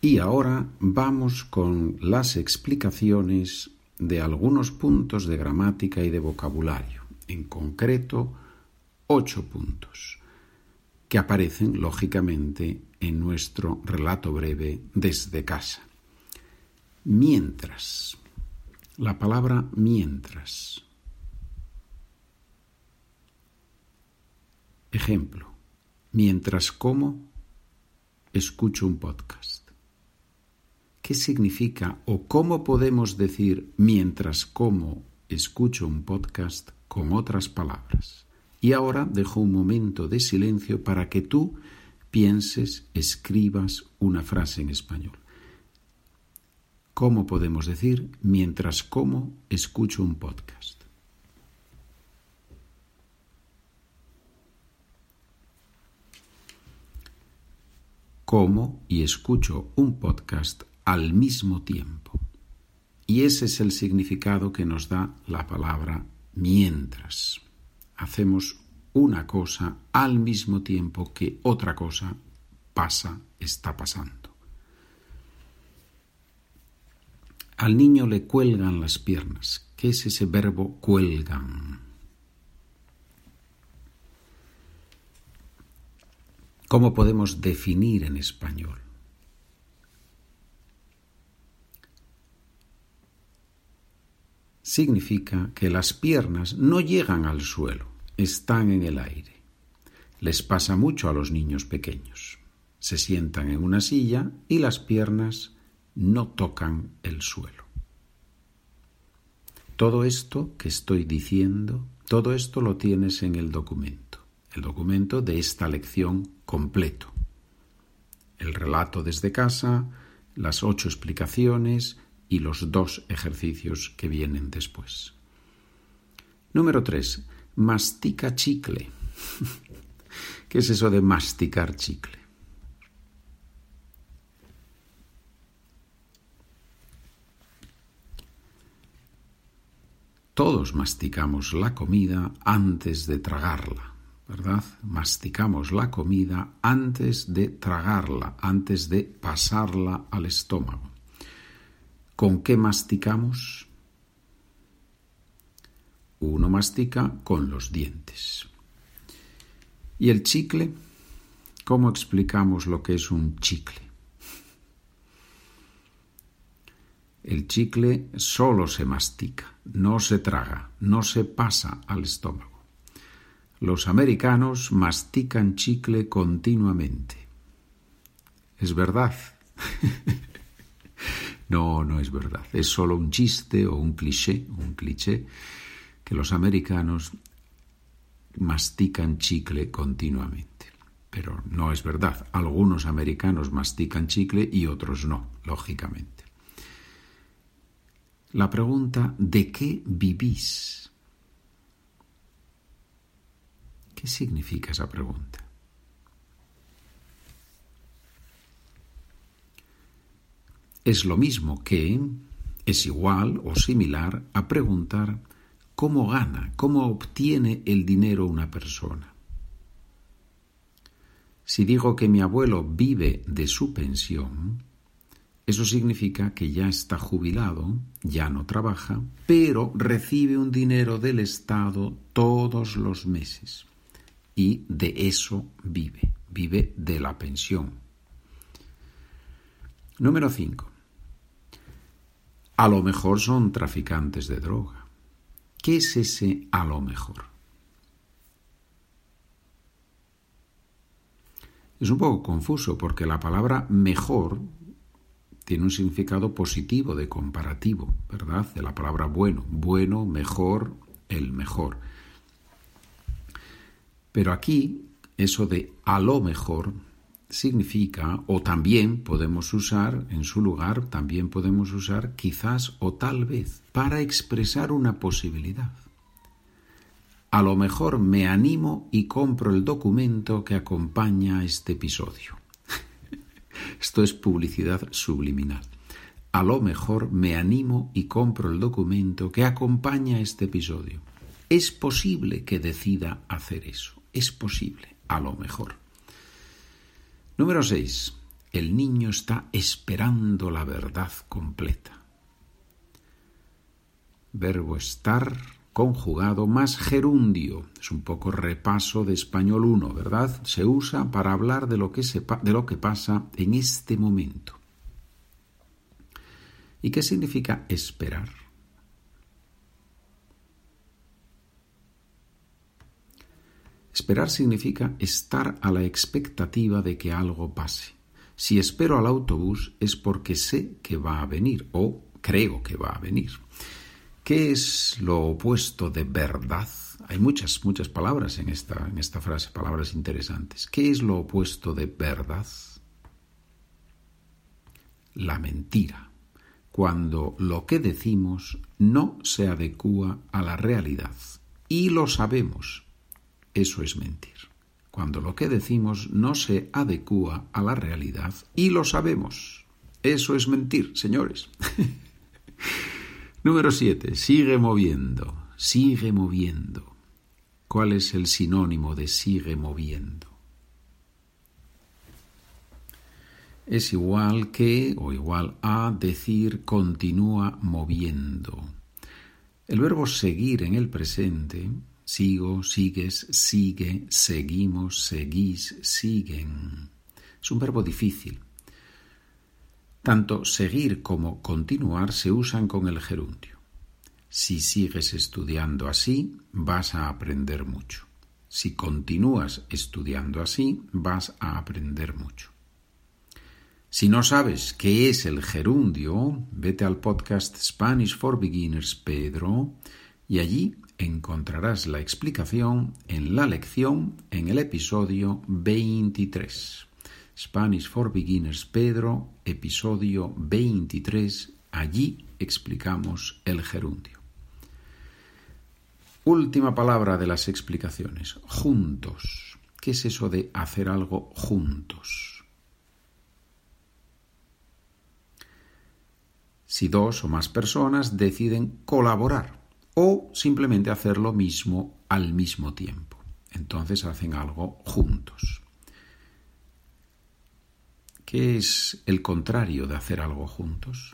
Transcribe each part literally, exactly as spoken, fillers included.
Y ahora vamos con las explicaciones de algunos puntos de gramática y de vocabulario, en concreto ocho puntos, que aparecen lógicamente en nuestro relato breve desde casa. Mientras. La palabra mientras. Ejemplo. Mientras como, escucho un podcast. ¿Qué significa o cómo podemos decir mientras como, escucho un podcast con otras palabras? Y ahora dejo un momento de silencio para que tú pienses, escribas una frase en español. ¿Cómo podemos decir mientras como, escucho un podcast? Como y escucho un podcast al mismo tiempo. Y ese es el significado que nos da la palabra mientras. Hacemos una cosa al mismo tiempo que otra cosa pasa, está pasando. Al niño le cuelgan las piernas. ¿Qué es ese verbo cuelgan? ¿Cómo podemos definir en español? Significa que las piernas no llegan al suelo, están en el aire. Les pasa mucho a los niños pequeños. Se sientan en una silla y las piernas no tocan el suelo. Todo esto que estoy diciendo, todo esto lo tienes en el documento, el documento de esta lección completo. El relato desde casa, las ocho explicaciones y los dos ejercicios que vienen después. Número tres. Mastica chicle. ¿Qué es eso de masticar chicle? Todos masticamos la comida antes de tragarla, ¿verdad? Masticamos la comida antes de tragarla, antes de pasarla al estómago. ¿Con qué masticamos? Uno mastica con los dientes. ¿Y el chicle? ¿Cómo explicamos lo que es un chicle? El chicle solo se mastica, no se traga, no se pasa al estómago. Los americanos mastican chicle continuamente. ¿Es verdad? No, no es verdad. Es solo un chiste o un cliché, un cliché, que los americanos mastican chicle continuamente. Pero no es verdad. Algunos americanos mastican chicle y otros no, lógicamente. La pregunta, ¿de qué vivís? ¿Qué significa esa pregunta? Es lo mismo que, es igual o similar a preguntar cómo gana, cómo obtiene el dinero una persona. Si digo que mi abuelo vive de su pensión, eso significa que ya está jubilado, ya no trabaja, pero recibe un dinero del Estado todos los meses. Y de eso vive, vive de la pensión. Número cinco. A lo mejor son traficantes de droga. ¿Qué es ese a lo mejor? Es un poco confuso porque la palabra mejor tiene un significado positivo de comparativo, ¿verdad? De la palabra bueno. Bueno, mejor, el mejor. Pero aquí, eso de a lo mejor significa, o también podemos usar, en su lugar, también podemos usar quizás o tal vez, para expresar una posibilidad. A lo mejor me animo y compro el documento que acompaña este episodio. Esto es publicidad subliminal. A lo mejor me animo y compro el documento que acompaña este episodio. Es posible que decida hacer eso. Es posible, a lo mejor. Número seis. El niño está esperando la verdad completa. Verbo estar conjugado más gerundio. Es un poco repaso de español uno, ¿verdad? Se usa para hablar de lo que, se pa- de lo que pasa en este momento. ¿Y qué significa esperar? Esperar significa estar a la expectativa de que algo pase. Si espero al autobús es porque sé que va a venir o creo que va a venir. ¿Qué es lo opuesto de verdad? Hay muchas, muchas palabras en esta, en esta frase, palabras interesantes. ¿Qué es lo opuesto de verdad? La mentira. Cuando lo que decimos no se adecúa a la realidad. Y lo sabemos. Eso es mentir. Cuando lo que decimos no se adecúa a la realidad y lo sabemos. Eso es mentir, señores. Número siete. Sigue moviendo. Sigue moviendo. ¿Cuál es el sinónimo de sigue moviendo? Es igual que o igual a decir continúa moviendo. El verbo seguir en el presente, sigo, sigues, sigue, seguimos, seguís, siguen. Es un verbo difícil. Tanto seguir como continuar se usan con el gerundio. Si sigues estudiando así, vas a aprender mucho. Si continúas estudiando así, vas a aprender mucho. Si no sabes qué es el gerundio, vete al podcast Spanish for Beginners Pedro y allí encontrarás la explicación en la lección en el episodio veintitrés. Spanish for Beginners Pedro, episodio veintitrés. Allí explicamos el gerundio. Última palabra de las explicaciones. Juntos. ¿Qué es eso de hacer algo juntos? Si dos o más personas deciden colaborar o simplemente hacer lo mismo al mismo tiempo. Entonces hacen algo juntos. ¿Qué es el contrario de hacer algo juntos?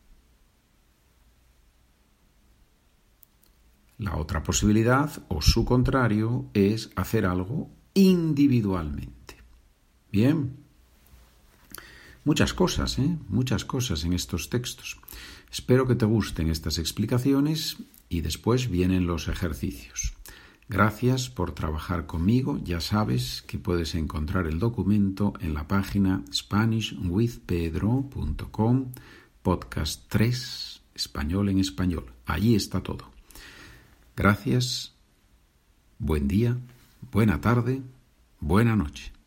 La otra posibilidad, o su contrario, es hacer algo individualmente. Bien. Muchas cosas, ¿eh? Muchas cosas en estos textos. Espero que te gusten estas explicaciones y después vienen los ejercicios. Gracias por trabajar conmigo. Ya sabes que puedes encontrar el documento en la página spanish with pedro punto com, podcast tres, español en español. Allí está todo. Gracias, buen día, buena tarde, buena noche.